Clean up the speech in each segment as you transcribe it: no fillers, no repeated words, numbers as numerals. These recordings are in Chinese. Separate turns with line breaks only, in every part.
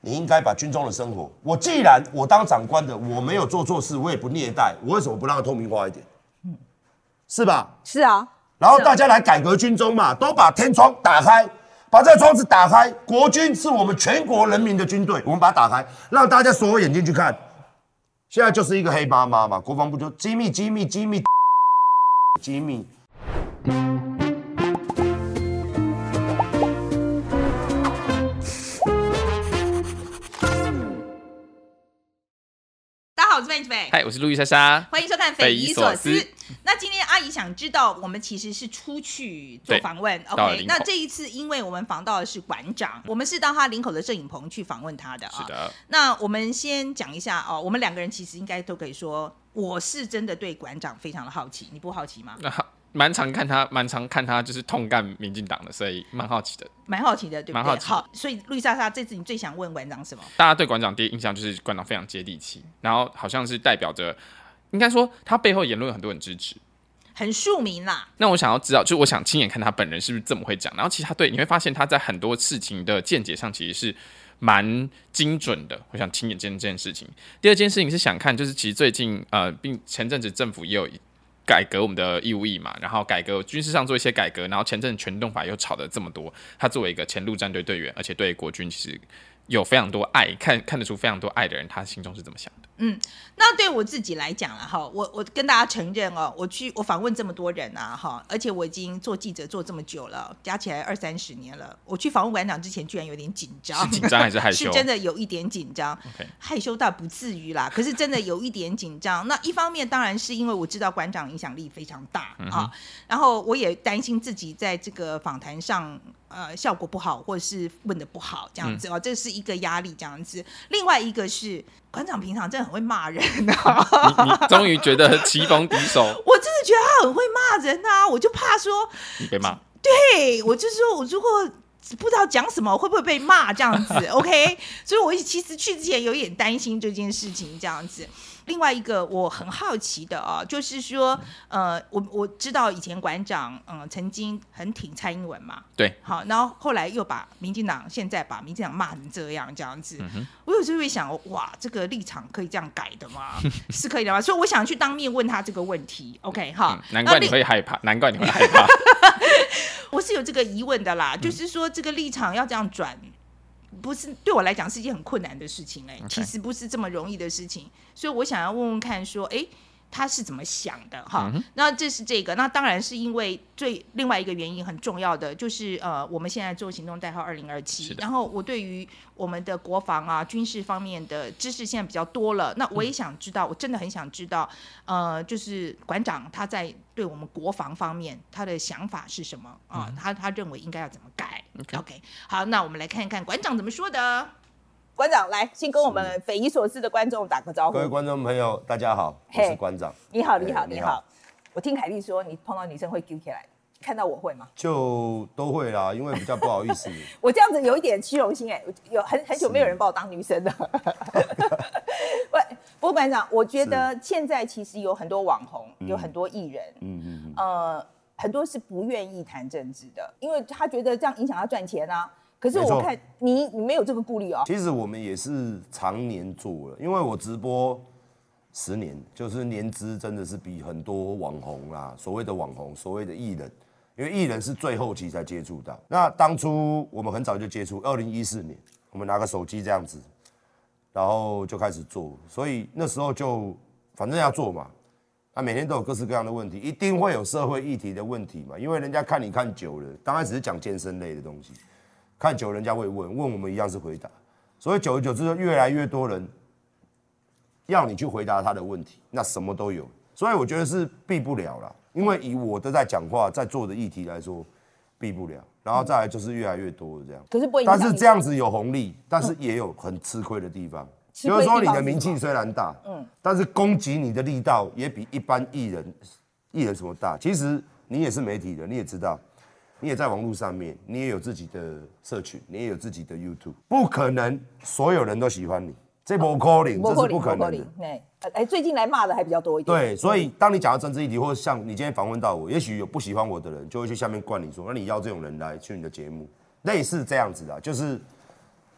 你应该把军中的生活，既然我当长官的，我没有做错事，我也不虐待，我为什么不让它透明化一点？是吧？
是啊。
然后大家来改革军中嘛，都把天窗打开，把这个窗子打开。国军是我们全国人民的军队，我们把它打开，让大家所有眼睛去看。现在就是一个黑麻麻嘛，国防部就机密。
大家好，我是范琪斐。
嗨，我是路易莎莎，
欢迎收看《匪夷所思》。
匪夷所思
那今天阿姨想知道，我们其实是出去做访问 ，OK？ 那这一次，因为我们访到的是馆长，我们是到他林口的摄影棚去访问他的啊。
是的。
那我们先讲一下哦，我们两个人其实应该都可以说，我是真的对馆长非常的好奇，你不好奇吗？
蛮常看他就是痛干民进党的，所以蛮好奇的。
蛮好奇的，对不对？
蛮好奇。
好，所以路易莎莎，这次你最想问馆长什么？
大家对馆长第一印象就是馆长非常接地气，然后好像是代表着，应该说他背后言论有很多人支持，
很庶民啦。
那我想要知道，就是我想亲眼看他本人是不是这么会讲。然后其实他你会发现他在很多事情的见解上其实是蛮精准的。我想亲眼见这件事情。第二件事情是想看，就是其实最近并前阵子政府也有改革我们的义务役嘛，然后改革军事上做一些改革，然后前阵全动法又吵得这么多，他作为一个前陆战队队员，而且对国军其实有非常多爱，看得出非常多爱的人，他心中是怎么想的？
那对我自己来讲了哈，我跟大家承认哦，我访问这么多人啊哈，而且我已经做记者做这么久了，加起来20-30年了。我去访问馆长之前，居然有点紧张，
是紧张还是害羞？
是真的有一点紧张。
Okay.
害羞倒不至于啦，可是真的有一点紧张。那一方面当然是因为我知道馆长影响力非常大啊，然后我也担心自己在这个访谈上效果不好，或者是问的不好这样子哦，这是一个压力这样子。另外一个是馆长平常真的很会骂人啊，
你终于觉得棋逢敌手，
我真的觉得他很会骂人啊，我就怕说
你被骂，
对我就说我如果不知道讲什么会不会被骂这样子，OK？ 所以我其实去之前有点担心这件事情这样子。另外一个我很好奇的啊，就是说，我知道以前馆长曾经很挺蔡英文嘛，
对，
好，然后后来又把民进党现在把民进党骂成这样子，我有时候会想，哇，这个立场可以这样改的吗？是可以的吗？所以我想去当面问他这个问题 ，OK 哈、
难怪你会害怕，难怪你会害怕，
我是有这个疑问的啦，就是说这个立场要这样转。不是对我来讲是一件很困难的事情okay. 其实不是这么容易的事情，所以我想要问问看说，他是怎么想的哈？那这是这个，那当然是因为另外一个原因很重要的就是我们现在做行动代号2027，然后我对于我们的国防啊军事方面的知识现在比较多了，那我也想知道，我真的很想知道，就是馆长他在对我们国防方面他的想法是什么啊？他认为应该要怎么改 ？OK， 好，那我们来看看馆长怎么说的。馆长来，先跟我们匪夷所思的观众打个招呼。
各位观众朋友，大家好，我是馆长。
你好，你好，你好。我听凯莉说，你碰到女生会揪起来，看到我会吗？
就都会啦，因为比较不好意思。
我这样子有一点虚荣心有很久没有人把我当女生了。不过馆长，我觉得现在其实有很多网红，有很多艺人，很多是不愿意谈政治的，因为他觉得这样影响他赚钱啊。可是我看你没有这个顾虑哦。
其实我们也是常年做了，因为我直播10年，就是年资真的是比很多网红啦，所谓的网红，所谓的艺人，因为艺人是最后期才接触到。那当初我们很早就接触，2014年，我们拿个手机这样子，然后就开始做，所以那时候就反正要做嘛。每天都有各式各样的问题，一定会有社会议题的问题嘛，因为人家看你看久了，刚开始是讲健身类的东西。看久人家会问我们一样是回答，所以久而久之就越来越多人要你去回答他的问题，那什么都有，所以我觉得是避不了啦，因为以我的在讲话在做的议题来说避不了，然后再来就是越来越多的这样。
可是不会影响你，
但是这样子有红利，但是也有很吃亏的地方，就是说你的名气虽然大，但是攻击你的力道也比一般艺人什么大。其实你也是媒体人，你也知道。你也在网络上面，你也有自己的社群，你也有自己的 YouTube， 不可能所有人都喜欢你，这不可能，这是不可能的。
最近来骂的还比较多一点。
对，所以当你讲到政治议题，或者像你今天访问到我，也许有不喜欢我的人就会去下面灌你说，那你要这种人来去你的节目，类似这样子的，就是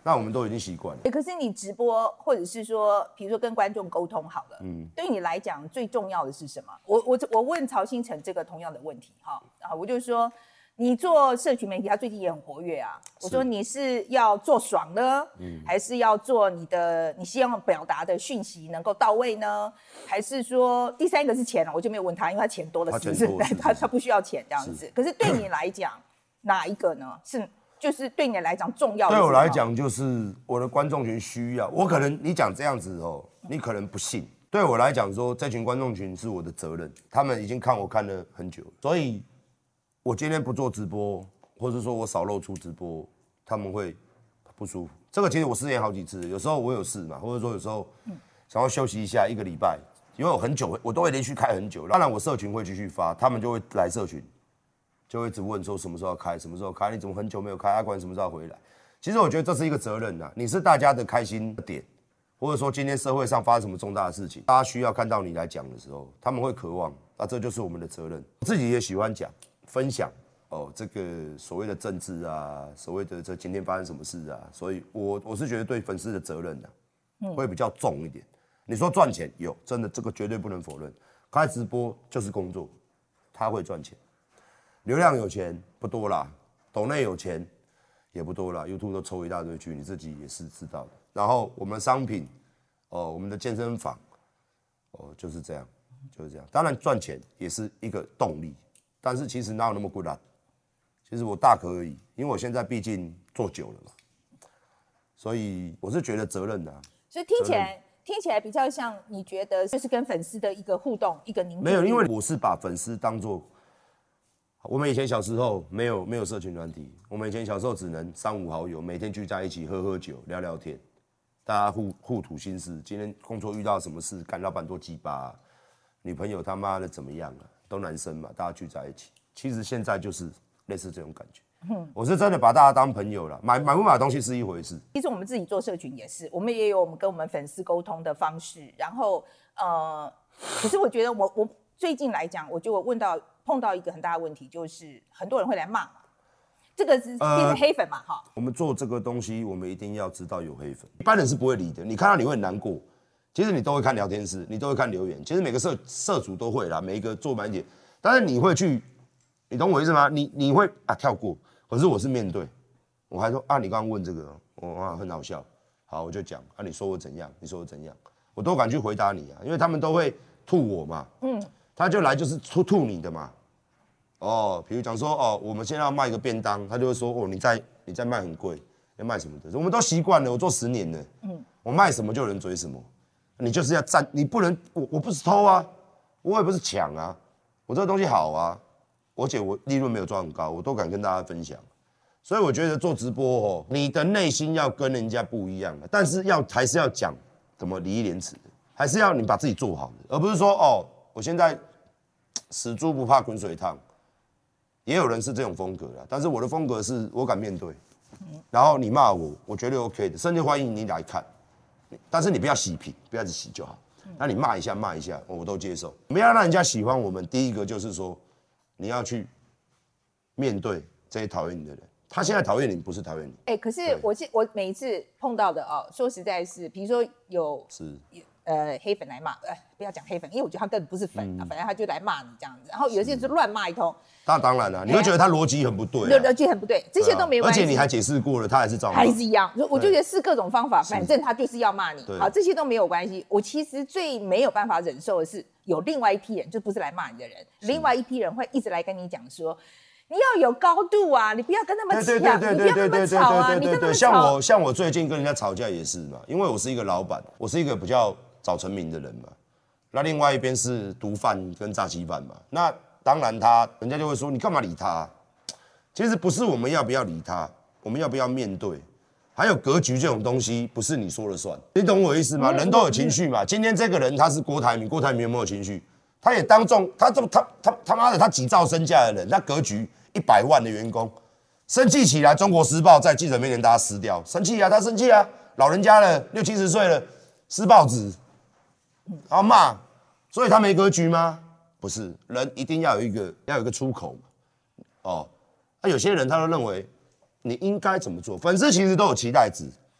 那我们都已经习惯了。
可是你直播，或者是说，比如说跟观众沟通好了，对你来讲最重要的是什么？我问曹兴诚这个同样的问题哈，然后我就说，你做社群媒体，他最近也很活跃啊。我说你是要做爽呢，还是要做你希望表达的讯息能够到位呢？还是说第三个是钱了？我就没有问他，因为他钱多的是，他不需要钱这样子。可是对你来讲，哪一个呢？就是对你来讲重要的。
对我来讲，就是我的观众群需要。我可能你讲这样子哦，你可能不信。对我来讲说，这群观众群是我的责任，他们已经看我看了很久了，所以我今天不做直播，或者说我少露出直播，他们会不舒服。这个其实我试验好几次，有时候我有事嘛，或者说有时候想要休息一下，1个礼拜，因为我很久，我都会连续开很久。当然我社群会继续发，他们就会来社群。就会一直问说什么时候开，什么时候开？你怎么很久没有开？阿管什么时候回来？其实我觉得这是一个责任呐，你是大家的开心的点，或者说今天社会上发生什么重大的事情，大家需要看到你来讲的时候，他们会渴望，那这就是我们的责任。我自己也喜欢讲分享哦，这个所谓的政治啊，所谓的这今天发生什么事啊，所以我是觉得对粉丝的责任呐，会比较重一点。你说赚钱有，真的这个绝对不能否认，开直播就是工作，他会赚钱。流量有钱不多啦，抖内有钱也不多啦 ，YouTube 都抽一大堆去，你自己也是知道的。然后我们的商品，我们的健身房，就是这样，就是这样。当然赚钱也是一个动力，但是其实哪有那么困难？其实我大可而已，因为我现在毕竟做久了嘛，所以我是觉得责任的。
所以听起来比较像你觉得就是跟粉丝的一个互动，一个凝聚力。
没有，因为我是把粉丝当作。我们以前小时候没有社群软体，我们以前小时候只能3、5好友每天聚在一起喝酒聊聊天，大家互吐心事。今天工作遇到什么事，干老板多鸡巴啊，女朋友他妈的怎么样啊？都男生嘛，大家聚在一起。其实现在就是类似这种感觉。我是真的把大家当朋友了，买不买东西是一回事。
其实我们自己做社群也是，我们也有我们跟我们粉丝沟通的方式。然后可是我觉得我最近来讲，我就碰到一个很大的问题，就是很多人会来骂嘛，这个是变成黑粉嘛，哈。
我们做这个东西，我们一定要知道有黑粉，一般人是不会理的。你看到你会很难过，其实你都会看聊天室，你都会看留言，其实每个社主都会啦，每一个做满一点，但是你会去，你懂我意思吗？你会跳过，可是我是面对，我还说你刚刚问这个，很好笑，好我就讲你说我怎样，你说我怎样，我都敢去回答你啊，因为他们都会吐我嘛，他就来就是吐你的嘛，比如讲说我们现在要卖一个便当，他就会说你在卖很贵，要卖什么的，我们都习惯了，我做10年了，我卖什么就有人追什么，你就是要占，你不能，我不是偷啊，我也不是抢啊，我这个东西好啊，而且我利润没有赚很高，我都敢跟大家分享，所以我觉得做直播你的内心要跟人家不一样的，但是还是要讲怎么礼义廉耻的，还是要你把自己做好的，而不是说我现在死猪不怕滚水烫，也有人是这种风格啦，但是我的风格是我敢面对，然后你骂我绝对 OK 的，甚至欢迎你来看，但是你不要洗屏，不要只洗就好，那你骂一下，我都接受。我们要让人家喜欢我们，第一个就是说你要去面对这些讨厌你的人，他现在讨厌你，不是讨厌你。
可是我每一次碰到的说实在是，比如说有黑粉来骂，不要讲黑粉，因为我觉得他根本不是粉反正他就来骂你这样子，然后有些人就乱骂一通。那
当然了，你会觉得他逻辑很不对，
逻辑很不对，这些都没关系。
而且你还解释过了，他还是照骂，
还是一样。我就觉得是各种方法，反正他就是要骂你。好，这些都没有关系。我其实最没有办法忍受的是，有另外一批人，就不是来骂你的人，另外一批人会一直来跟你讲说。你要有高度啊！你不要跟他们抢，你不要跟他们吵啊！你跟他们吵。
像我最近跟人家吵架也是嘛，因为我是一个老板，我是一个比较早成名的人嘛。那另外一边是毒贩跟诈欺犯嘛。那当然人家就会说你干嘛理他？其实不是我们要不要理他，我们要不要面对？还有格局这种东西，不是你说了算。你懂我意思吗？人都有情绪嘛。今天这个人他是郭台铭，郭台铭有没有情绪？他也当众，他妈的，他几兆身价的人，他格局100万的员工，生气起来，《中国时报》在记者面前大家撕掉，生气啊，他生气啊，老人家了，60、70岁了，撕报纸，然后骂，所以他没格局吗？不是，人一定要有一个出口嘛，有些人他都认为你应该怎么做，粉丝其实都有期待值，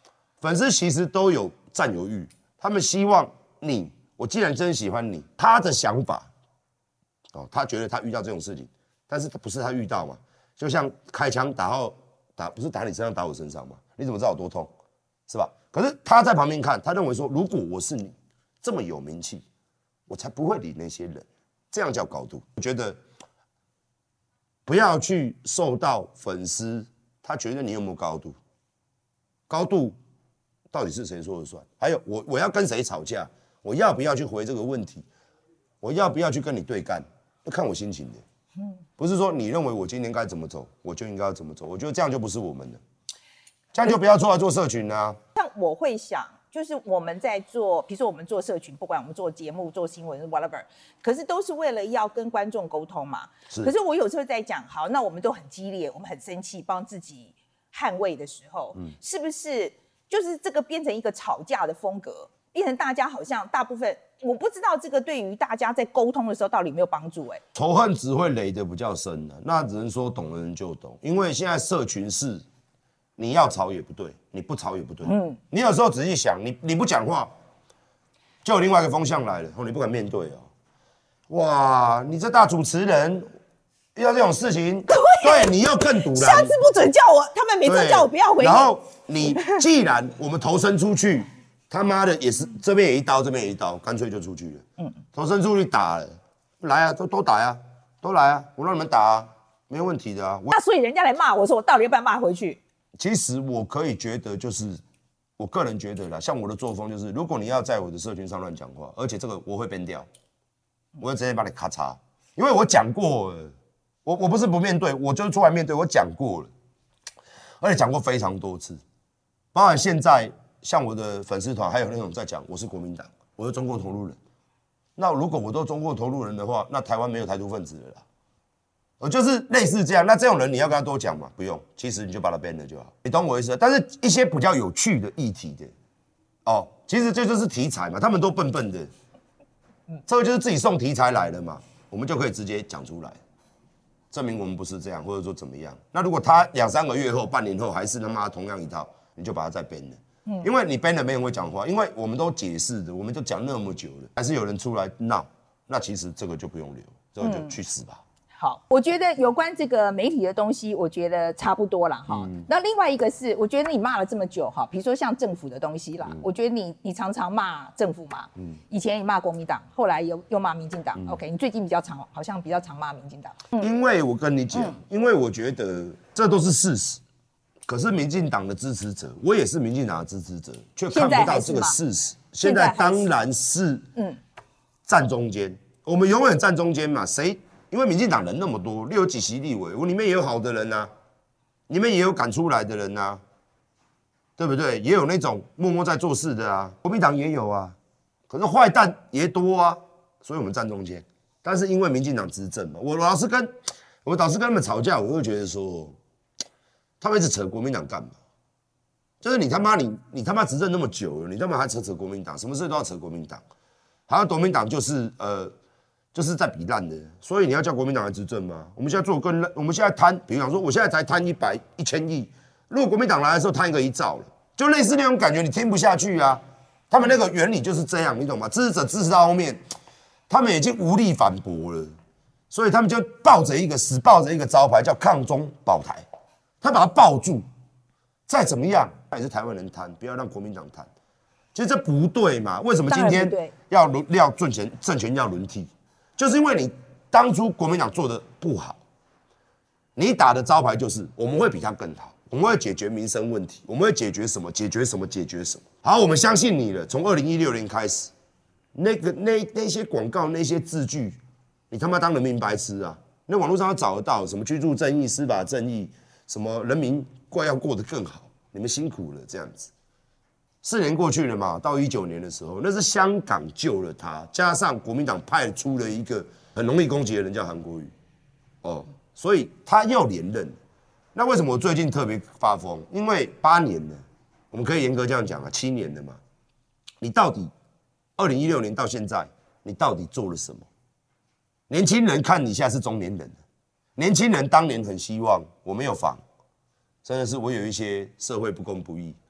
粉丝其实都有占有欲，他们希望我既然真喜欢你，他的想法，他觉得他遇到这种事情，但是不是他遇到嘛？就像开枪不是打你身上打我身上嘛？你怎么知道有多痛？是吧？可是他在旁边看，他认为说，如果我是你这么有名气，我才不会理那些人，这样叫高度。我觉得不要去受到粉丝他觉得你有没有高度，高度到底是谁说了算？还有我要跟谁吵架，我要不要去回这个问题，我要不要去跟你对干，要看我心情的。不是说你认为我今天该怎么走，我就应该要怎么走。我觉得这样就不是我们的，这样就不要出来做社群啊。
像我会想，就是我们在做，比如说我们做社群，不管我们做节目、做新闻 whatever， 可是都是为了要跟观众沟通嘛。可是我有时候在讲，好，那我们都很激烈，我们很生气，帮自己捍卫的时候，是不是就是这个变成一个吵架的风格？变成大家好像大部分，我不知道这个对于大家在沟通的时候到底有没有帮助。
仇恨只会累得比较深的，那只能说懂的人就懂。因为现在社群是你要吵也不对，你不吵也不对。你有时候仔细想，你不讲话，就有另外一个风向来了，你不敢面对哦。哇，你这大主持人遇到这种事情，对你又更堵然。
下次不准叫我，他们每次叫我不要回你。
然后你既然我们投身出去。他妈的也是这边也一刀，这边也一刀，干脆就出去了。投身出去打了，来啊，都打呀，都来啊，我让你们打啊，没有问题的啊。
那所以人家来骂我说，我到底要不要骂回去？
其实我可以觉得，就是我个人觉得啦，像我的作风就是，如果你要在我的社群上乱讲话，而且这个我会编掉，我会直接把你咔嚓，因为我讲过了，我不是不面对，我就是出来面对，我讲过了，而且讲过非常多次，包含现在。像我的粉丝团还有那种在讲我是国民党，我是中国投入人。那如果我都中国投入人的话，那台湾没有台独分子了啦。我就是类似这样。那这种人你要跟他多讲嘛？不用，其实你就把他 ban 了就好。你懂我意思？但是一些比较有趣的议题的，其实这就是题材嘛。他们都笨笨的，这个就是自己送题材来的嘛，我们就可以直接讲出来，证明我们不是这样，或者说怎么样。那如果他2、3个月后、半年后还是他妈同样一套，你就把他再 ban 了。因为你 ban 了没人会讲话，因为我们都解释的，我们都讲那么久了，还是有人出来闹，那其实这个就不用留，这个就去死吧。
好，我觉得有关这个媒体的东西，我觉得差不多了哈。那另外一个是，我觉得你骂了这么久哈，比如说像政府的东西啦，我觉得你常常骂政府嘛，以前你骂国民党，后来又骂民进党，OK， 你最近好像比较常骂民进党。
因为我跟你讲，因为我觉得这都是事实。可是民进党的支持者，我也是民进党的支持者，却看不到这个事实。现在当然是站中间，我们永远站中间嘛。因为民进党人那么多，60几席立委，我里面也有好的人啊，里面也有赶出来的人啊，对不对？也有那种默默在做事的啊，国民党也有啊。可是坏蛋也多啊，所以我们站中间。但是因为民进党执政嘛，我老是跟他们吵架，我会觉得说。他们一直扯国民党干嘛？就是你他妈执政那么久了，你他妈还扯国民党，什么事都要扯国民党，好像国民党就是在比烂的，所以你要叫国民党来执政吗？我们现在做更烂，我们现在贪，比方说我现在才贪1000亿，如果国民党来的时候贪一个1兆了，就类似那种感觉，你听不下去啊。他们那个原理就是这样，你懂吗？支持者支持到后面，他们已经无力反驳了，所以他们就死抱着一个招牌叫抗中保台。他把他抱住，再怎么样，他也是台湾人贪，不要让国民党贪。其实这不对嘛？为什么今天要政权要轮替？就是因为你当初国民党做的不好，你打的招牌就是我们会比他更好，我们会解决民生问题，我们会解决什么？解决什么？解决什么？好，我们相信你了。从2016年开始，那些广告那些字句，你他妈当人民白痴啊！那网络上都找得到什么居住正义、司法正义。什么人民要过得更好，你们辛苦了，这样子。4年过去了嘛，到19年的时候，那是香港救了他，加上国民党派出了一个很容易攻击的人叫韩国瑜，所以他又连任。那为什么我最近特别发疯？因为8年了，我们可以严格这样讲啊，7年了嘛。你到底2016年到现在，你到底做了什么？年轻人看你现在是中年人了。年轻人当年很希望我没有房，真的是我有一些社会不公不义，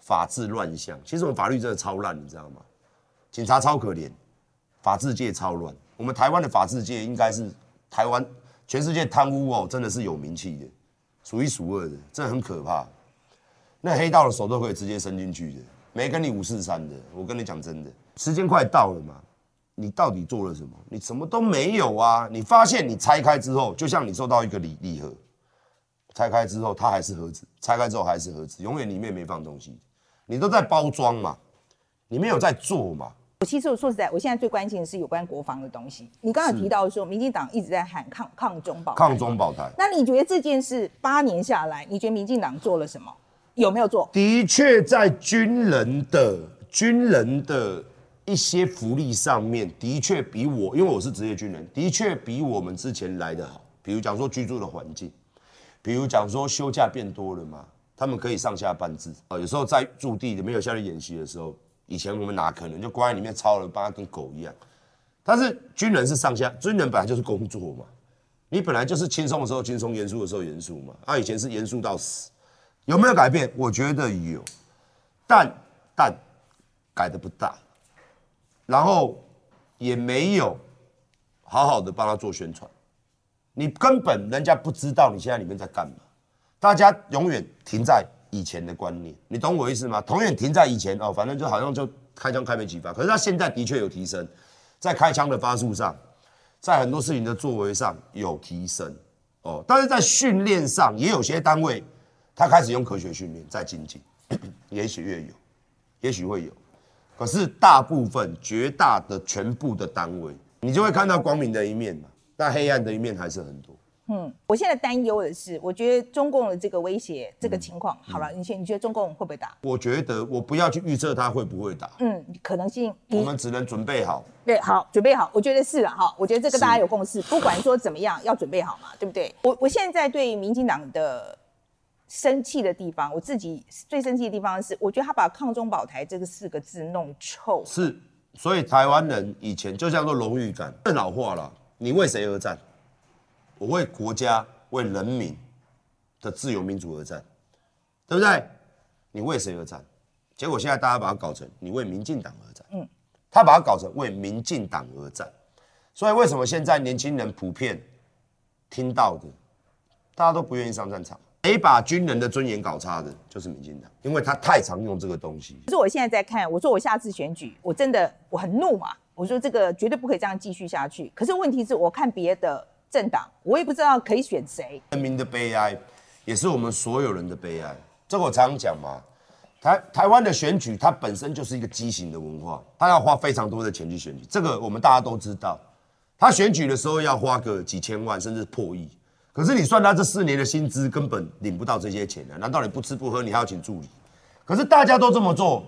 法治乱象。其实我们法律真的超烂，你知道吗？警察超可怜，法治界超乱。我们台湾的法治界应该是台湾全世界贪污哦，真的是有名气的，数一数二的，真的很可怕。那黑道的手都可以直接伸进去的，没跟你543的。我跟你讲真的，时间快到了嘛，你到底做了什么？你什么都没有啊！你发现你拆开之后，就像你收到一个礼盒，拆开之后它还是盒子，拆开之后还是盒子，永远里面没放东西。你都在包装嘛，你没有在做嘛。
其实我说实在，我现在最关心的是有关国防的东西。你刚刚有提到说，民进党一直在喊抗中保台。
抗中保台。
那你觉得这件事8年下来，你觉得民进党做了什么？有没有做？
的确，在军人的一些福利上面，的确比我，因为我是职业军人，的确比我们之前来得好。比如讲说居住的环境，比如讲说休假变多了嘛，他们可以上下班制。有时候在驻地的没有下来演习的时候。以前我们哪可能就关在里面操了，把它跟狗一样。但是军人是上下，军人本来就是工作嘛，你本来就是轻松的时候轻松，严肃的时候严肃嘛。以前是严肃到死，有没有改变？我觉得有，但改得不大，然后也没有好好的帮他做宣传，你根本人家不知道你现在里面在干嘛，大家永远停在以前的观念，你懂我意思吗？永远停在以前哦，反正就好像就开枪开没几发，可是他现在的确有提升，在开枪的发数上，在很多事情的作为上有提升哦，但是在训练上也有些单位他开始用科学训练在精进，也许会有，可是大部分绝大的全部的单位，你就会看到光明的一面嘛，但黑暗的一面还是很多。
我现在担忧的是，我觉得中共的这个威胁，这个情况，好了，你觉得中共会不会打？
我觉得我不要去预测他会不会打，
可能性，
我们只能准备好。
对，好，准备好，我觉得是了哈，我觉得这个大家有共识，不管说怎么样，要准备好嘛，对不对？我现在对民进党的生气的地方，我自己最生气的地方是，我觉得他把抗中保台这个4个字弄臭。
是，所以台湾人以前就叫做荣誉感，更老化了。你为谁而战？我为国家、为人民的自由民主而战，对不对？你为谁而战？结果现在大家把它搞成你为民进党而战，他把它搞成为民进党而战。所以为什么现在年轻人普遍听到的，大家都不愿意上战场？谁把军人的尊严搞差的，就是民进党，因为他太常用这个东西。
可是我现在在看，我说我下次选举，我很怒嘛，我说这个绝对不可以这样继续下去。可是问题是我看别的政党，我也不知道可以选谁。
人民的悲哀，也是我们所有人的悲哀。这个我常常讲嘛，台湾的选举，它本身就是一个畸形的文化，它要花非常多的钱去选举，这个我们大家都知道。他选举的时候要花个几千万，甚至破亿。可是你算他这4年的薪资，根本领不到这些钱啊！难道你不吃不喝，你还要请助理？可是大家都这么做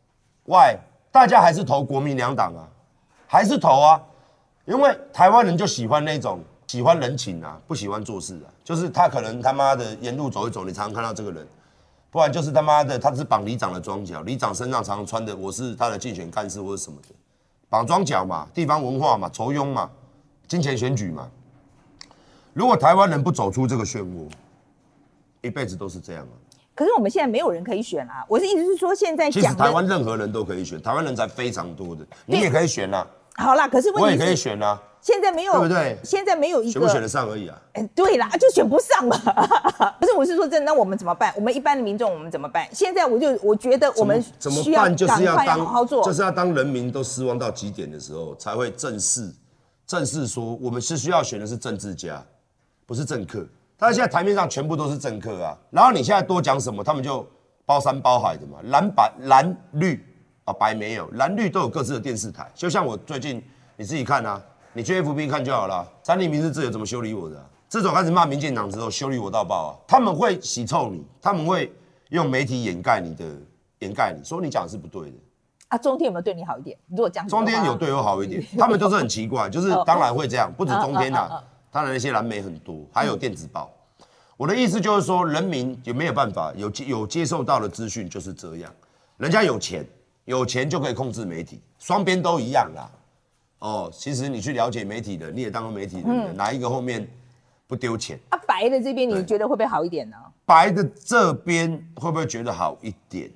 ，why？ 大家还是投国民2党啊，还是投啊，因为台湾人就喜欢那种。喜欢人情啊，不喜欢做事啊。就是他可能他妈的沿路走一走，你常常看到这个人，不然就是他妈的他是绑里长的装脚，里长身上常常穿的我是他的竞选干事或者什么的，绑装脚嘛，地方文化嘛，酬庸嘛，金钱选举嘛。如果台湾人不走出这个漩涡，一辈子都是这样啊。
可是我们现在没有人可以选啊，我的意思是说，现在讲的
其实台湾任何人都可以选，台湾人才非常多的，你也可以选啊。
好啦，可是问题是
我也可以选啊。
现在没有，对不对？现在没有一个
选不选得上而已啊。
对啦，就选不上嘛。可是我是说真的，那我们怎么办？我们一般的民众我们怎么办？现在我觉得我们需要赶快好好做，
就是要当人民都失望到极点的时候，才会正视说我们是需要选的是政治家，不是政客。但是现在台面上全部都是政客啊，然后你现在多讲什么，他们就包山包海的嘛，蓝绿啊，白没有，蓝绿都有各自的电视台。就像我最近你自己看啊。你去 FB 看就好了。三立民视自由怎么修理我的、啊？自从开始骂民进党之后，修理我到爆啊！他们会洗臭你，他们会用媒体掩盖你，说你讲的是不对的。
啊，中天有没有对你好一点？如果讲
中天有对我好一点，他们都是很奇怪，就是当然会这样，不止中天啊，当然那些蓝媒很多，还有电子报。我的意思就是说，人民有没有办法有接受到的资讯就是这样，人家有钱就可以控制媒体，双边都一样啦。哦，其实你去了解媒体的，你也当过媒体人的，哪一个后面不丢钱？
啊，白的这边你觉得会不会好一点呢？
白的这边会不会觉得好一点呢？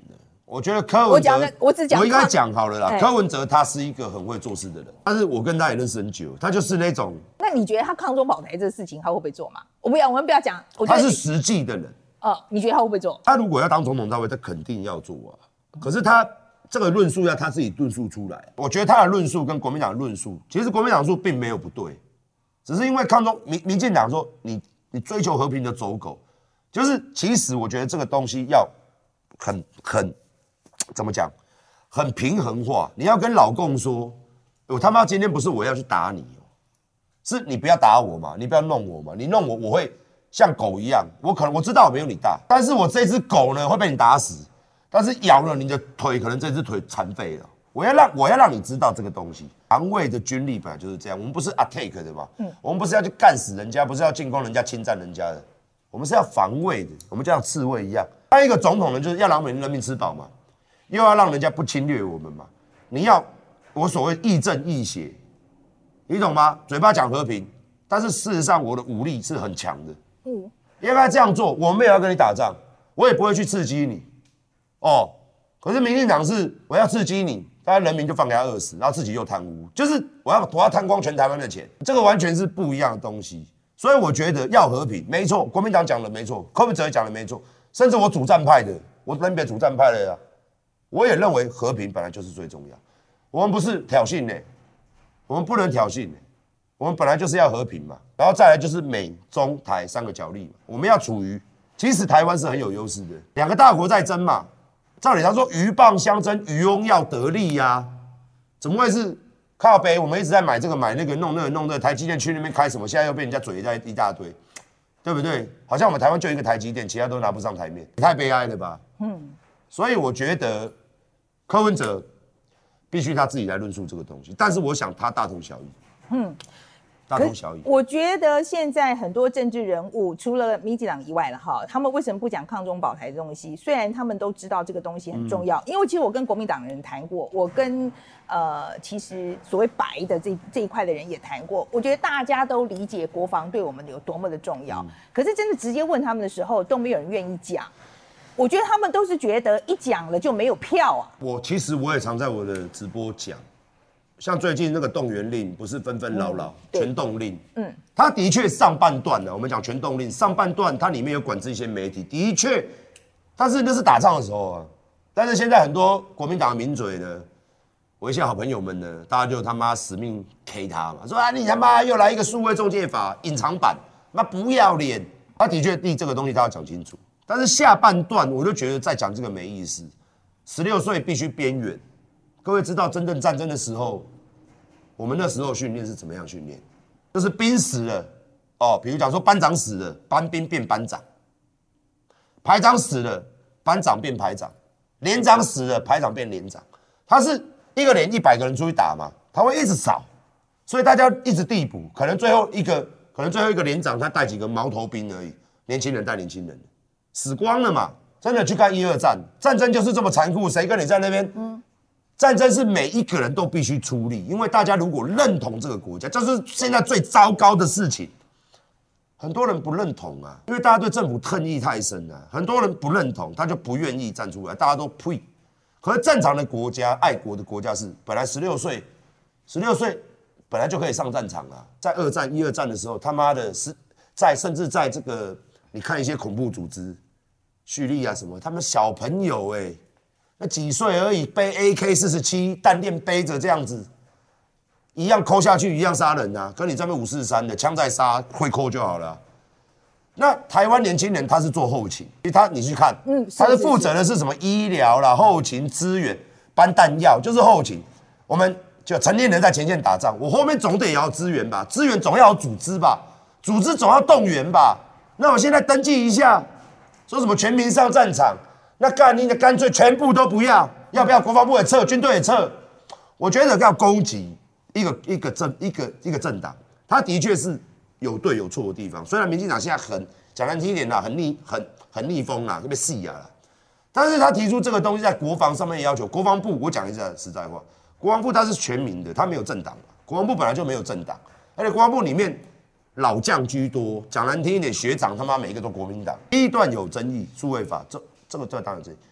我觉得柯文哲，
我
应该讲好了啦。柯文哲他是一个很会做事的人，但是我跟他也认识很久，他就是那种。
那你觉得他抗中保台这个事情他会不会做吗？我们不要讲，
他是实际的人。
你觉得他会不会做？
他如果要当总统，他肯定要做啊。可是他这个论述要他自己论述出来。我觉得他的论述跟国民党的论述，其实国民党论述并没有不对，只是因为民进党说你追求和平的走狗，就是其实我觉得这个东西要很怎么讲，很平衡化。你要跟老共说，我他妈今天不是我要去打你哦，是你不要打我嘛，你不要弄我嘛，你弄我会像狗一样，我知道我没有你大，但是我这只狗呢会被你打死，但是咬了你的腿，可能这只腿残废了。我要让你知道这个东西，防卫的军力本来就是这样，我们不是 attack 的嘛，我们不是要去干死人家，不是要进攻人家、侵占人家的，我们是要防卫的，我们就像刺猬一样。当一个总统呢，就是要让人民吃饱嘛。又要让人家不侵略我们嘛？你要我所谓亦正亦邪，你懂吗？嘴巴讲和平，但是事实上我的武力是很强的。应该这样做，我没有要跟你打仗，我也不会去刺激你。可是民进党是我要刺激你，大家人民就放给他饿死，然后自己又贪污，就是我要贪光全台湾的钱，这个完全是不一样的东西。所以我觉得要和平，没错，国民党讲的没错，柯文哲讲的没错，甚至我主战派的，我分别主战派的呀。我也认为和平本来就是最重要，我们不是挑衅我们不能挑衅我们本来就是要和平嘛，然后再来就是美中台三个角力嘛，我们要处于，其实台湾是很有优势的，两个大国在争嘛，照理他说鹬蚌相争，渔翁要得利呀，怎么会是靠北？我们一直在买这个买那个弄那个，台积电去那边开什么，现在又被人家嘴在一大堆，对不对？好像我们台湾就一个台积电，其他都拿不上台面，太悲哀了吧？所以我觉得柯文哲必须他自己来论述这个东西，但是我想他大同小异。大同小异。
我觉得现在很多政治人物，除了民进党以外了哈，他们为什么不讲抗中保台的东西？虽然他们都知道这个东西很重要，因为其实我跟国民党人谈过，我跟其实所谓白的这一块的人也谈过，我觉得大家都理解国防对我们有多么的重要，可是真的直接问他们的时候，都没有人愿意讲。我觉得他们都是觉得一讲了就没有票啊。
其实我也常在我的直播讲，像最近那个动员令，不是纷纷扰扰，全动令，它的确上半段呢，我们讲全动令上半段，它里面有管制一些媒体，的确，但是那是打仗的时候啊。但是现在很多国民党的名嘴呢，我一些好朋友们呢，大家就他妈死命 K 他嘛，说啊你他妈又来一个数位中介法隐藏版，妈不要脸。他的确这个东西他要讲清楚。但是下半段我就觉得再讲这个没意思，16岁必须边缘。各位知道真正战争的时候，我们那时候训练是怎么样训练？就是兵死了，比如讲说班长死了，班兵变班长；排长死了，班长变排长；连长死了，排长变连长。他是一个连100个人出去打嘛，他会一直扫，所以大家一直递补，可能最后一个连长他带几个毛头兵而已，年轻人带年轻人。死光了嘛？真的去看1、2战，战争就是这么残酷。谁跟你在那边？战争是每一个人都必须出力，因为大家如果认同这个国家，这是现在最糟糕的事情。很多人不认同啊，因为大家对政府恨意太深了。很多人不认同，他就不愿意站出来，大家都呸。可是正常的国家、爱国的国家是本来16岁本来就可以上战场啊。在1、2战的时候，他妈的甚至在这个你看一些恐怖组织。叙利亚什么？他们小朋友那几岁而已，背 AK-47弹链背着这样子，一样抠下去，一样杀人啊！跟你这边543的枪在杀，会抠就好了。那台湾年轻人他是做后勤，你去看，他是负责的是什么医疗啦、后勤资源、搬弹药，就是后勤。我们就成年人在前线打仗，我后面总得也要资源吧，资源总要有组织吧，组织总要动员吧。那我现在登记一下。说什么全民上战场？那干脆全部都不要，要不要国防部也撤，军队也撤？我觉得要攻击一个政党，他的确是有对有错的地方。虽然民进党现在讲难听一点啦，很逆风啦，特别细啦，但是他提出这个东西在国防上面要求，国防部我讲一下实在话，国防部它是全民的，它没有政党，国防部本来就没有政党，而且国防部里面。老将居多，讲难听一点，学长他妈每一个都国民党。第一段有争议，数位法这个当然有争议。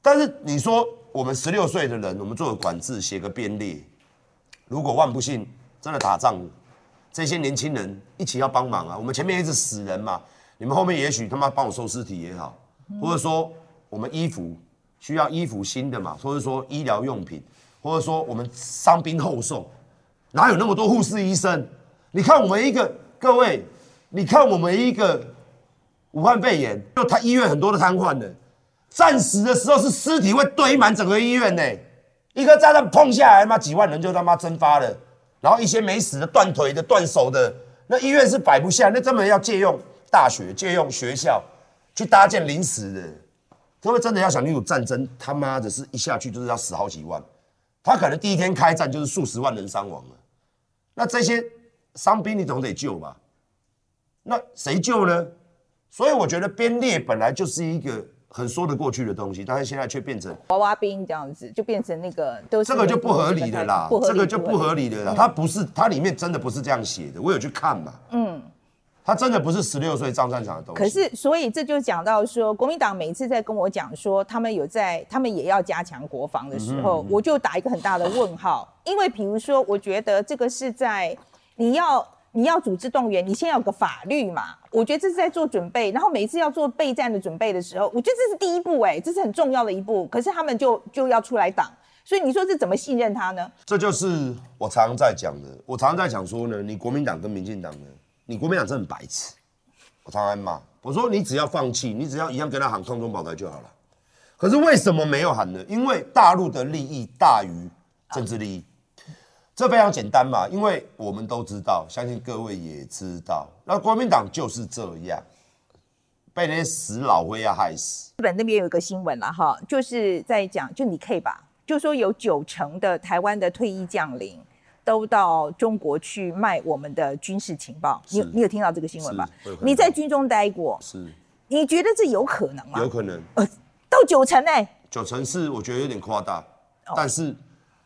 但是你说我们16岁的人，我们做个管制，写个编列，如果万不幸真的打仗，这些年轻人一起要帮忙啊！我们前面一直死人嘛，你们后面也许他妈帮我收尸体也好，或者说我们衣服需要衣服新的嘛，或者说医疗用品，或者说我们伤兵后送，哪有那么多护士医生？你看我们一个各位，你看我们一个武汉肺炎，就他医院很多的瘫痪的，战时的时候是尸体会堆满整个医院呢，一颗炸弹碰下来，妈几万人就他妈蒸发了，然后一些没死的、断腿的、断手的，那医院是摆不下，那根本要借用大学、借用学校去搭建临时的。各位真的要想清楚，战争他妈的是一下去就是要死好几万，他可能第一天开战就是数十万人伤亡了，那这些伤兵你总得救吧？那谁救呢？所以我觉得编列本来就是一个很说得过去的东西，但是现在却变成
娃娃兵这样子，就变成那个都是
这个就不合理的啦，这个就不合理的啦。它不是，它里面真的不是这样写的，我有去看嘛。它真的不是16岁上战场的东西。
可是，所以这就讲到说，国民党每一次在跟我讲说他们也要加强国防的时候，我就打一个很大的问号，因为比如说，我觉得这个是在你要组织动员，你先要有个法律嘛。我觉得这是在做准备，然后每次要做备战的准备的时候，我觉得这是第一步，这是很重要的一步。可是他们就要出来挡，所以你说这怎么信任他呢？
这就是我常常在讲的。我常常在讲说呢，你国民党跟民进党呢，你国民党真的很白痴。我常常骂，我说你只要放弃，你只要一样跟他喊空中保台就好了。可是为什么没有喊呢？因为大陆的利益大于政治利益。这非常简单嘛，因为我们都知道，相信各位也知道，那国民党就是这样，被那些死老灰要害死。
日本那边有一个新闻啦，哈，就是在讲，就你可以吧，就说有90%的台湾的退役将领都到中国去卖我们的军事情报。你有听到这个新闻吗？你在军中待过，
是？
你觉得这有可能吗？
有可能，
到90%哎
，90%是我觉得有点夸大，但是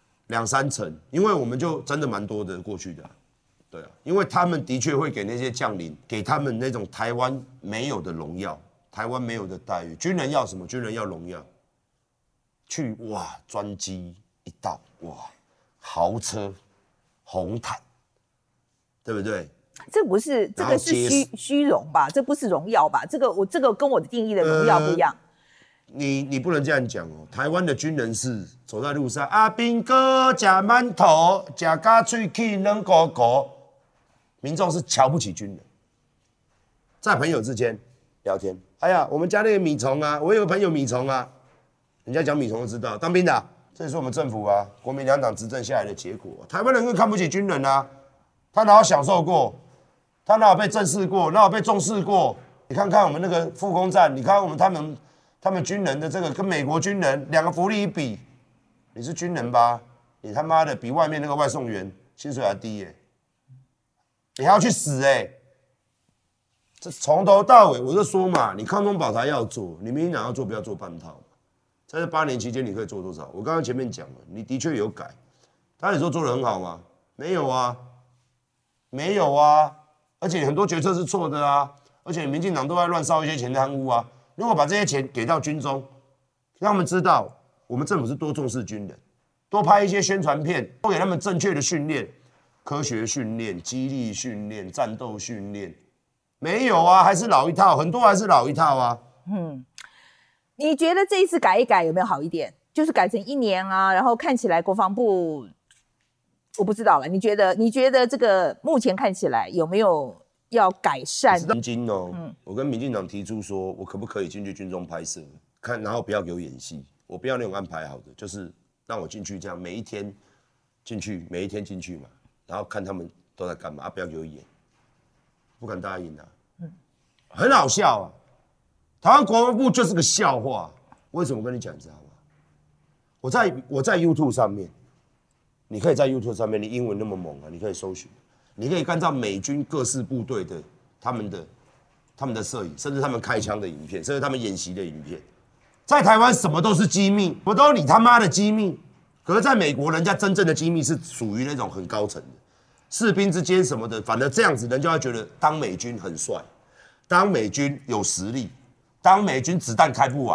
2、3成，因为我们就真的蛮多的过去的，对啊，因为他们的确会给那些将领，给他们那种台湾没有的荣耀，台湾没有的待遇。军人要什么？军人要荣耀，去哇，专机一到哇，豪车、红毯，对不对？
这不是，这个是虚荣吧？这不是荣耀吧？这个跟我的定义的荣耀不一样。
你不能这样讲哦。台湾的军人是走在路上，阿兵哥吃馒头，吃到嘴气冷糊糊，民众是瞧不起军人。在朋友之间聊天，哎呀，我们家那个米虫啊，我有个朋友米虫啊，人家讲米虫都知道，当兵的啊，这也是我们政府啊，国民两党执政下来的结果啊。台湾人更看不起军人啊，他哪有享受过？他哪有被正视过？哪有被重视过？你看看我们那个复工站，你看我们他们军人的这个跟美国军人2个福利一比，你是军人吧？你他妈的比外面那个外送员薪水还低耶，你还要去死哎！这从头到尾我就说嘛，你抗中保台要做，你民进党要做，不要做半套。在这8年期间，你可以做多少？我刚刚前面讲了，你的确有改，但你说做得很好吗？没有啊，没有啊，而且很多决策是错的啊，而且民进党都在乱烧一些钱贪污啊。如果把这些钱给到军中，让他们知道我们政府是多重视军人，多拍一些宣传片，多给他们正确的训练、科学训练、激励训练、战斗训练，没有啊，还是老一套，很多还是老一套啊。
你觉得这一次改一改有没有好一点？就是改成1年啊，然后看起来国防部我不知道了。你觉得这个目前看起来有没有要改善？
曾经哦，我跟民进党提出说，我可不可以进去军中拍摄，看，然后不要给我演戏，我不要那种安排好的，就是让我进去这样，每一天进去嘛，然后看他们都在干嘛，不要给我演，不敢答应啊，很好笑啊，台湾国防部就是个笑话。为什么我跟你讲，你知道吗？我在 YouTube 上面，你可以在 YouTube 上面，你英文那么猛啊，你可以搜寻。你可以看到美军各式部队的他们的摄影，甚至他们开枪的影片，甚至他们演习的影片。在台湾什么都是机密，我都你他妈的机密。可是在美国，人家真正的机密是属于那种很高层的，士兵之间什么的，反而这样子，人就会觉得当美军很帅，当美军有实力，当美军子弹开不完，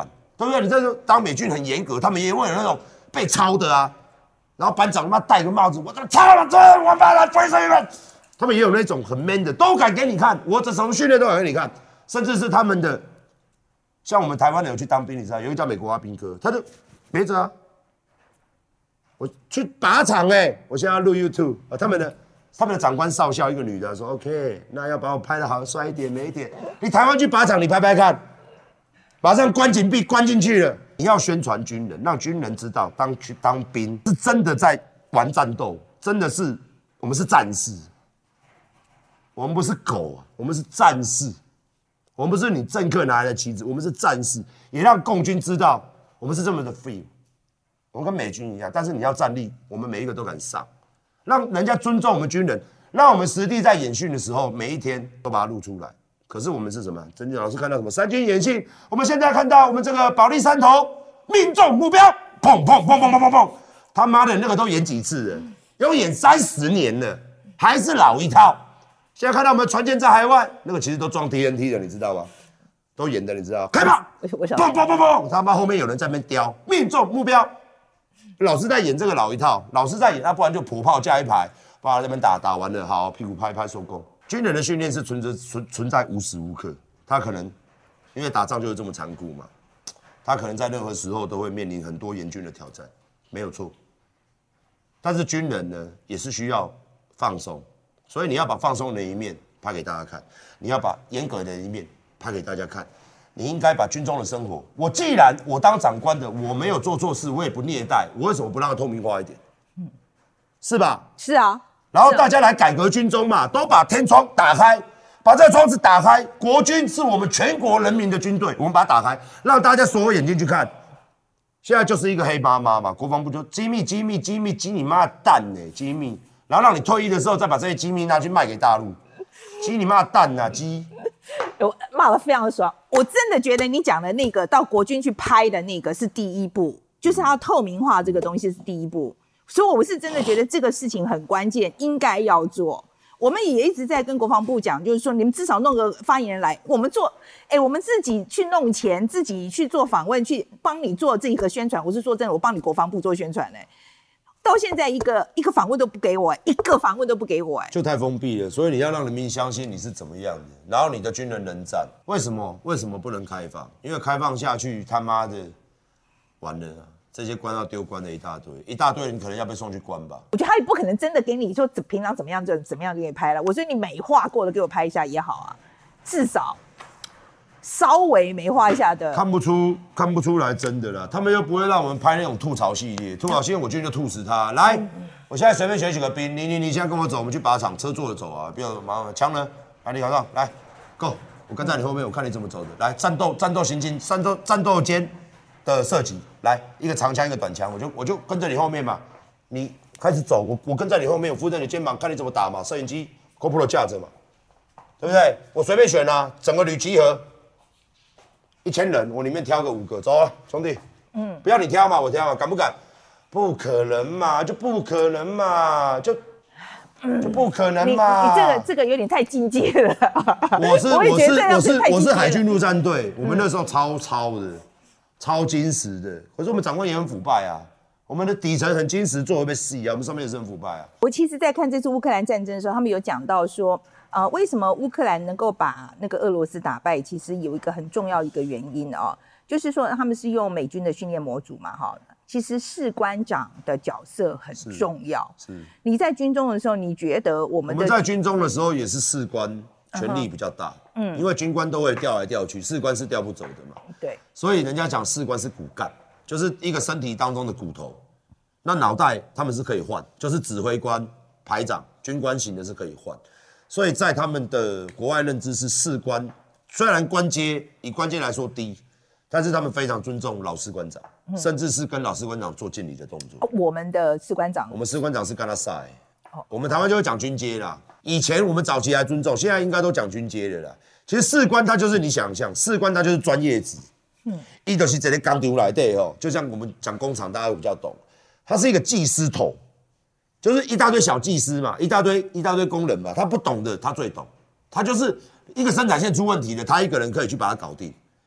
对不对？你这就当美军很严格，他们也会有那种被抄的啊。然后班长他妈戴个帽子，我这抄了，这我把它追上一个。他们也有那种很 man 的，都敢给你看，我这什么训练都敢给你看，甚至是他们的，像我们台湾人有去当兵，你知道，有一个叫美国阿兵哥，他就别着啊，我去靶场我现在要录 YouTube 啊，他们的长官少校一个女的说 OK， 那要把我拍得好帅一点美一点，你台湾去靶场你拍拍看，马上关紧闭关进去了。你要宣传军人，让军人知道去当兵是真的在玩战斗，真的是我们是战士。我们不是狗啊，我们是战士，我们不是你政客拿来的旗子，我们是战士，也让共军知道我们是这么的 free， 我们跟美军一样，但是你要站立，我们每一个都敢上，让人家尊重我们军人，让我们实地在演训的时候，每一天都把它录出来。可是我们是什么？曾经老师看到什么三军演训，我们现在看到我们这个保利山头命中目标，砰砰砰砰砰砰砰，他妈的那个都演几次了，要演30年了，还是老一套。现在看到我们船舰在海外，那个其实都装 TNT 的，你知道吗？都演的，你知道？开炮！
我想，
砰砰砰砰！他妈后面有人在那边雕，命中目标。老师在演这个老一套，老师在演，那不然就火炮架一排，把那边打完了，好屁股拍拍收工。军人的训练是存在无时无刻，他可能因为打仗就是这么残酷嘛，他可能在任何时候都会面临很多严峻的挑战，没有错。但是军人呢，也是需要放松。所以你要把放松的一面拍给大家看，你要把严格的一面拍给大家看。你应该把军中的生活，既然我当长官的，我没有做错事，我也不虐待，我为什么不让它透明化一点？是吧？
是啊。
然后大家来改革军中嘛，都把天窗打开，把这个窗子打开。国军是我们全国人民的军队，我们把它打开，让大家所有眼睛去看。现在就是一个黑麻麻嘛，国防部就机密机你妈的蛋机密。然后让你退役的时候，再把这些机密拿去卖给大陆，鸡你妈蛋啊鸡！
我骂得非常的爽，我真的觉得你讲的那个到国军去拍的那个是第一步，就是要透明化这个东西是第一步，所以我是真的觉得这个事情很关键，应该要做。我们也一直在跟国防部讲，就是说你们至少弄个发言人来，我们做，我们自己去弄钱，自己去做访问，去帮你做这个宣传。我是说真的，我帮你国防部做宣传到现在一个访问都不给我，一个访问都不给我，
就太封闭了。所以你要让人民相信你是怎么样的，然后你的军人能战。为什么不能开放？因为开放下去，他妈的完了，这些官要丢官的一大堆人可能要被送去关吧。
我觉得他也不可能真的给你说平常怎么样就给你拍了。我说你美化过的给我拍一下也好啊，至少稍微美化一下的，
看不出来真的啦。他们又不会让我们拍那种吐槽系列，吐槽系列我今天就吐死他。来，我现在随便选几个兵，你现在跟我走，我们去靶场，车坐着走啊，不要麻烦。枪呢？来，你考上，来 ，Go， 我跟在你后面，我看你怎么走的。来，战斗行进，战斗间的射击，来一个长枪，一个短枪，我就跟着你后面嘛。你开始走，我跟在你后面，我扶着你肩膀，看你怎么打嘛。摄影机 GoPro 架着嘛，对不对？我随便选啊，整个旅集合。1000人，我里面挑个5个，走啊，兄弟，不要你挑嘛，我挑嘛，敢不敢？不可能嘛，就不可能嘛，就不可能嘛。
你这个有点太进阶了。
我是海军陆战队，我们那时候超的，超精实的。可是我们长官也很腐败啊，我们的底层很精实，做会被死啊，我们上面也是很腐败啊。
我其实，在看这次乌克兰战争的时候，他们有讲到说。为什么乌克兰能够把那个俄罗斯打败？其实有一个很重要的一个原因就是说他们是用美军的训练模组嘛，其实士官长的角色很重要。是你在军中的时候，你觉得我们
在军中的时候也是士官权力比较大，因为军官都会调来调去，士官是调不走的嘛。
对，
所以人家讲士官是骨干，就是一个身体当中的骨头。那脑袋他们是可以换，就是指挥官、排长、军官型的是可以换。所以在他们的国外认知是士官，虽然以官阶来说低，但是他们非常尊重老士官长，甚至是跟老士官长做敬礼的动作。
我们的士官长，
我们士官长是跟他赛，我们台湾就会讲军阶啦。以前我们早期还尊重，现在应该都讲军阶了啦。其实士官他就是你想象，士官他就是专业职，他就是这个工厂内底就像我们讲工厂，大家会比较懂，他是一个技师头。就是一大堆小技师嘛，一大堆工人嘛，他不懂的他最懂，他就是一个生产线出问题的，他一个人可以去把它搞定，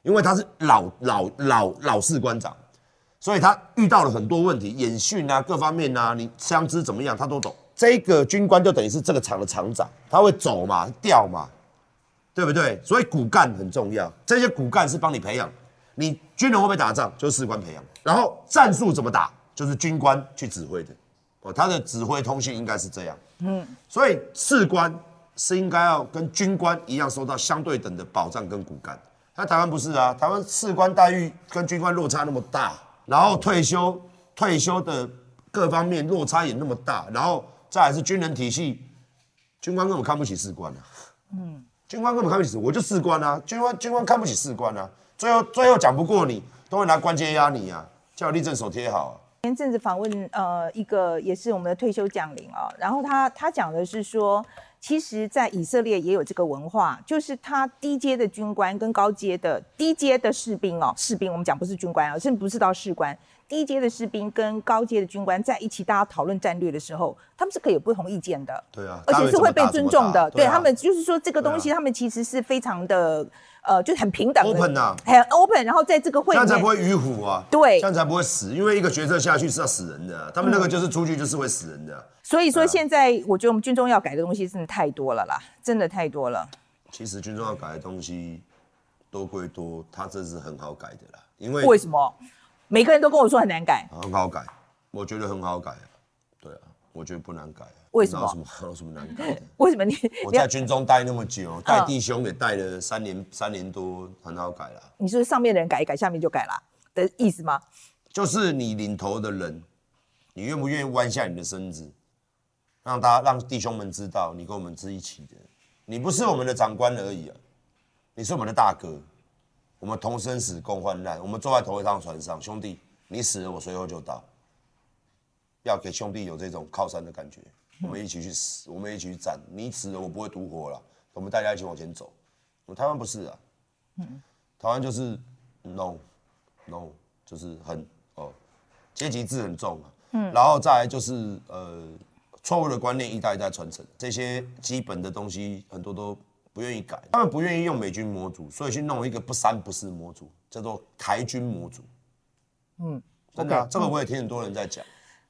因为他是老士官长，所以他遇到了很多问题，演训啊各方面啊，你枪支怎么样他都懂。这个军官就等于是这个厂的厂长，他会走嘛调嘛，对不对？所以骨干很重要，这些骨干是帮你培养。你军人会不会打仗，就是士官培养。然后战术怎么打，就是军官去指挥的。他的指挥通讯应该是这样。所以士官是应该要跟军官一样受到相对等的保障跟骨干。那台湾不是啊，台湾士官待遇跟军官落差那么大，然后退休的各方面落差也那么大，然后再来是军人体系，军官根本看不起士官啊。军官根本看不起我就士官啊，军官看不起士官啊，最后讲不过你，都会拿官阶压你啊，叫立正手贴好啊。
前阵子访问一个也是我们的退休将领啊，然后他讲的是说，其实，在以色列也有这个文化，就是他低阶的军官跟高阶的低阶的士兵我们讲不是军官啊，甚至不是到士官，低阶的士兵跟高阶的军官在一起，大家讨论战略的时候，他们是可以有不同意见的，
对啊，
而且是会被尊重的，对他们就是说这个东西，
啊、
他们其实是非常的就是很平等的
，open 啊，
很 open， 然后在这个会里面，
这样才不会迂腐啊，
对，
这样才不会死，因为一个决策下去是要死人的、啊，他们那个就是出去就是会死人的、啊。
所以说现在我觉得我们军中要改的东西真的太多了啦，真的太多了。
其实军中要改的东西多归多，它这是很好改的啦，因
为什么？每个人都跟我说很难改，
很好改，我觉得很好改、啊，对啊，我觉得不难改、啊。
为什么？
有什么难改的？
为什么你？
我在军中待那么久，带弟兄也带了3年多，很好改啦。
你说上面的人改一改，下面就改啦的意思吗？
就是你领头的人，你愿不愿意弯下你的身子，让弟兄们知道你跟我们是一起的，你不是我们的长官而已啊，你是我们的大哥。我们同生死共患难，我们坐在同一趟船上，兄弟，你死了我随后就到，要给兄弟有这种靠山的感觉。我们一起去死，我们一起去战，你死了我不会独活了，我们大家一起往前走。我们台湾不是啊，台湾就是 no， 就是很阶级制很重啊，然后再来就是错误的观念一代一代传承，这些基本的东西很多都不愿意改，他们不愿意用美军模组，所以去弄一个不三不四模组，叫做台军模组。真的、啊，这个我也听很多人在讲。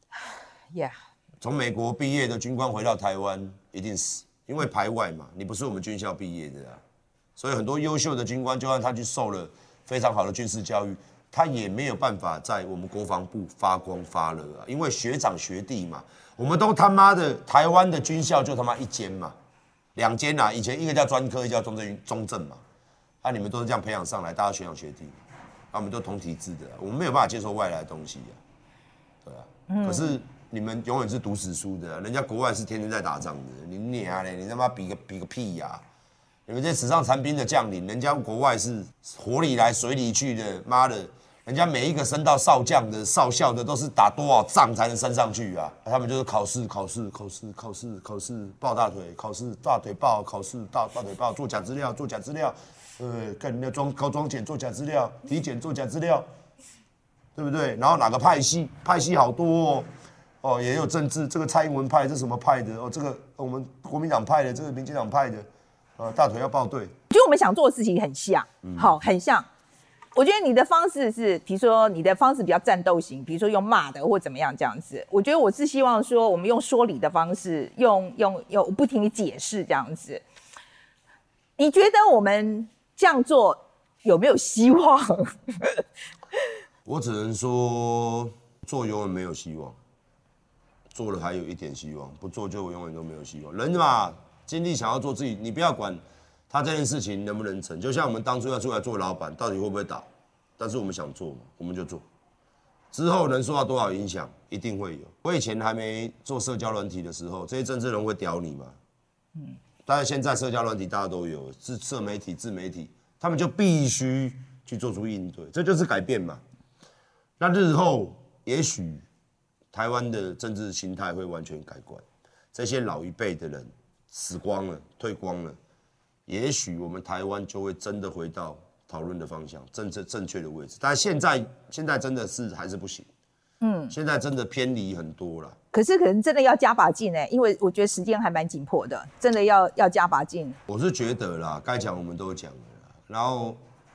Yeah，
从美国毕业的军官回到台湾一定死，因为排外嘛，你不是我们军校毕业的啊，所以很多优秀的军官，就算他去受了非常好的军事教育，他也没有办法在我们国防部发光发热啊，因为学长学弟嘛，我们都他妈的台湾的军校就他妈一间嘛。2间啊，以前一个叫专科，一个叫中正嘛，你们都是这样培养上来，大家学长学弟，我们都同体制的，我们没有办法接受外来的东西啊，对啊，可是你们永远是读死书的、人家国外是天天在打仗的，你娘嘞，你他妈比个屁呀、你们这史上残兵的将领，人家国外是火里来水里去的，妈的！人家每一个升到少将的、少校的，都是打多少仗才能升上去啊？他们就是考试，抱大腿，考试大腿抱，考试大腿抱，做假资料，干人家高装检做假资料，体检做假资料，对不对？然后哪个派系好多哦，也有政治，这个蔡英文派，这什么派的哦？这个我们国民党派的，这个民进党派的，大腿要抱对。
我觉得我们想做的事情很像，好，很像。我觉得你的方式是，比如说你的方式比较战斗型，比如说用骂的或怎么样这样子。我觉得我是希望说，我们用说理的方式，用不停地解释这样子。你觉得我们这样做有没有希望？
我只能说，做永远没有希望，做了还有一点希望，不做就永远都没有希望。人嘛，尽力想要做自己，你不要管他这件事情能不能成，就像我们当初要出来做老板，到底会不会倒？但是我们想做嘛，我们就做。之后能受到多少影响，一定会有。我以前还没做社交软体的时候，这些政治人会屌你嘛？但是现在社交软体大家都有，是社媒体、自媒体，他们就必须去做出应对，这就是改变嘛。那日后也许台湾的政治形态会完全改观，这些老一辈的人死光了、退光了。也许我们台湾就会真的回到讨论的方向，正确的位置。但现在真的是还是不行，现在真的偏离很多了。
可是可能真的要加把劲因为我觉得时间还蛮紧迫的，真的要加把劲。
我是觉得啦，该讲我们都讲了啦，然后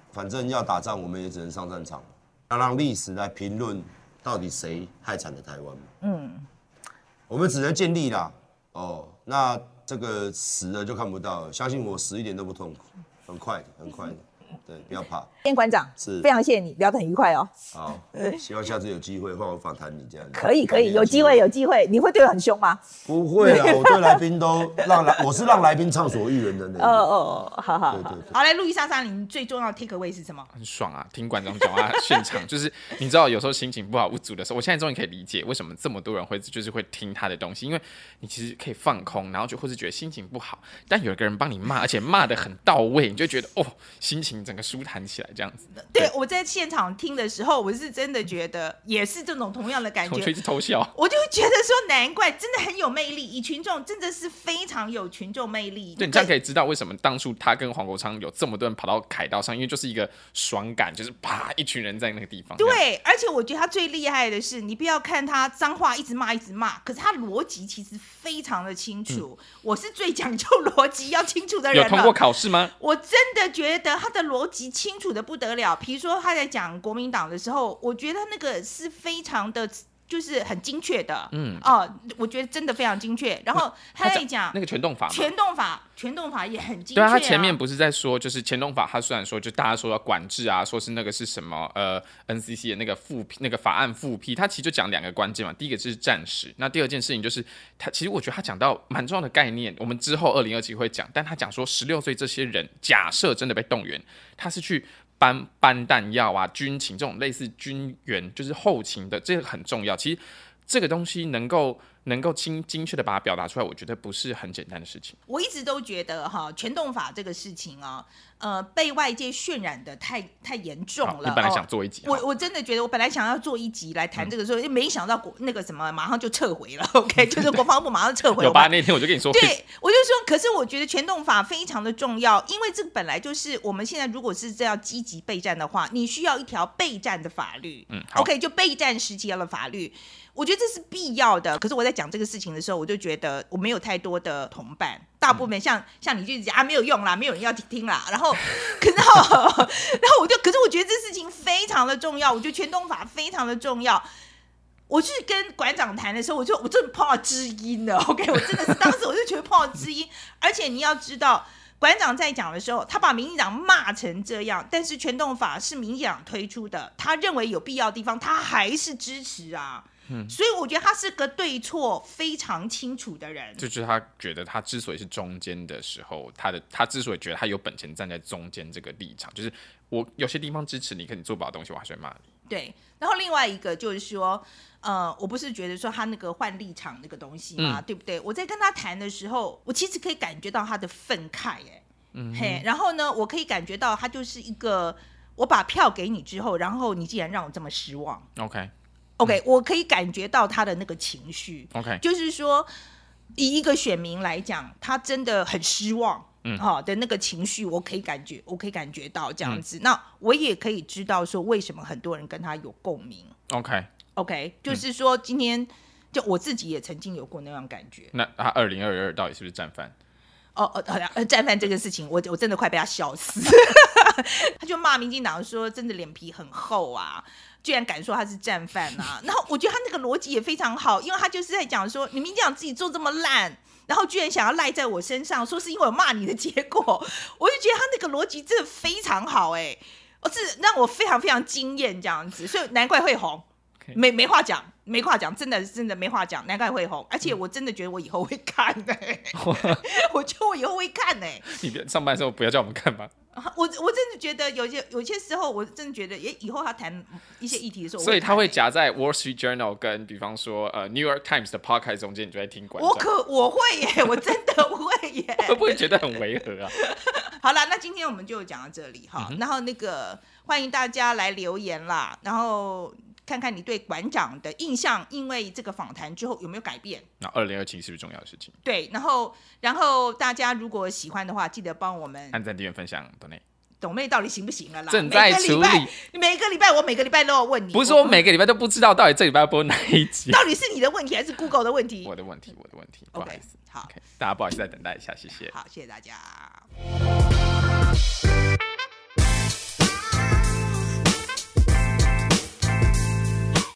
反正要打仗，我们也只能上战场，要让历史来评论到底谁害惨了台湾。我们只能尽力啦。那这个死了就看不到了，相信我，死一点都不痛苦，很快的，很快的。对，不要怕。
今天馆长
是
非常谢谢你，聊得很愉快哦。
好，希望下次有机会换我访谈你这样子。
可以，有机会。你会对我很凶吗？
不会啦，我对来宾都我是让来宾畅所欲言的那种。
好。
好，来，路易莎莎琳最重要的 take away 是什么？
很爽啊！听馆长讲话现场，就是你知道有时候心情不好不足的时候，我现在终于可以理解为什么这么多人会听他的东西，因为你其实可以放空，然后或是觉得心情不好，但有一个人帮你骂，而且骂得很到位，你就觉得心情整个舒坦起来这样子。
对，我在现场听的时候，我是真的觉得也是这种同样的感觉，
我就一直偷笑，
我就觉得说难怪真的很有魅力，以群众真的是非常有群众魅力。
对，你这样可以知道为什么当初他跟黄国昌有这么多人跑到凯道上，因为就是一个爽感，就是啪一群人在那个地方。
对，而且我觉得他最厉害的是，你不要看他脏话一直骂，可是他逻辑其实非常的清楚。我是最讲究逻辑要清楚的人了。
有通过考试吗？
我真的觉得他的逻辑清楚的不得了。比如说他在讲国民党的时候，我觉得那个是非常的。就是很精确的，我觉得真的非常精确。然后他在讲
那个全动法，
全动法也很精确。
对啊，他前面不是在说，就是全动法，他虽然说就大家说要管制啊，说是那个是什么NCC 的那个法案复批，他其实就讲两个关键嘛。第一个是战时，那第二件事情就是其实我觉得他讲到蛮重要的概念，我们之后2027会讲，但他讲说16岁这些人，假设真的被动员，他是去。搬弹药啊，军情这种类似军援，就是后勤的，这个很重要。其实这个东西能够精确的把它表达出来，我觉得不是很简单的事情。
我一直都觉得全动法这个事情被外界渲染的太严重了。
你本来想做一集，
我真的觉得我本来想要做一集来谈这个时候，没想到那个什么马上就撤回了。OK， 就是国防部马上撤回了。
有吧？那天我就跟你说，
对，我就说，可是我觉得全动法非常的重要，因为这个本来就是我们现在如果是要积极备战的话，你需要一条备战的法律。OK， 就备战时期的法律。我觉得这是必要的，可是我在讲这个事情的时候，我就觉得我没有太多的同伴，大部分像你就讲没有用啦，没有人要听啦，然后可是我觉得这事情非常的重要，我觉得全动法非常的重要。我去跟馆长谈的时候，我真的碰到知音了。OK， 我真的是当时我就觉得碰到知音，而且你要知道。馆长在讲的时候，他把民进党骂成这样，但是全动法是民进党推出的，他认为有必要的地方，他还是支持啊。所以我觉得他是个对错非常清楚的人。
就是他觉得他之所以是中间的时候，他之所以觉得他有本钱站在中间这个立场，就是我有些地方支持你，可你做不好的东西，我还是会骂你。
对，然后另外一个就是说，我不是觉得说他那个换立场那个东西嘛，对不对？我在跟他谈的时候，我其实可以感觉到他的愤慨，然后呢，我可以感觉到他就是一个，我把票给你之后，然后你竟然让我这么失望。OK， 我可以感觉到他的那个情绪。OK， 就是说，以一个选民来讲，他真的很失望。的那个情绪我可以感觉到这样子。那我也可以知道说为什么很多人跟他有共鸣。OK， 就是说今天就我自己也曾经有过那样感觉。
那他2022到底是不是战犯？
战犯这个事情，我真的快被他笑死。他就骂民进党说，真的脸皮很厚啊，居然敢说他是战犯啊。然后我觉得他那个逻辑也非常好，因为他就是在讲说，你民进党自己做这么烂。然后居然想要赖在我身上，说是因为我骂你的结果，我就觉得他那个逻辑真的非常好，是让我非常非常惊艳这样子，所以难怪会红，没话讲，真的没话讲，难怪会红，而且我真的觉得我以后会看我觉得我以后会看
你上班的时候不要叫我们看吧。
我真的觉得有些时候，我真的觉得，以后他谈一些议题的时候，
所以他会夹在 Wall Street Journal 跟比方说New York Times 的 podcast 中间，你就在听馆长。
我会耶，我真的会耶。
会不会觉得很违和啊？
好了，那今天我们就讲到这里哈。然后欢迎大家来留言啦，然后看看你对馆长的印象，因为这个访谈之后有没有改变？
那2027是不是重要的事情？
对，然后大家如果喜欢的话，记得帮我们
按赞、订阅、分享、donate。
抖妹到底行不行了啦？
正在处理。
每个礼拜我每个礼拜都要问你，
不是我每个礼拜都不知道到底这礼拜要播哪一集，
到底是你的问题还是 Google 的问题？
我的问题，不好意思。
好，
大家不好意思，再等待一下，谢谢。
好，谢谢大家。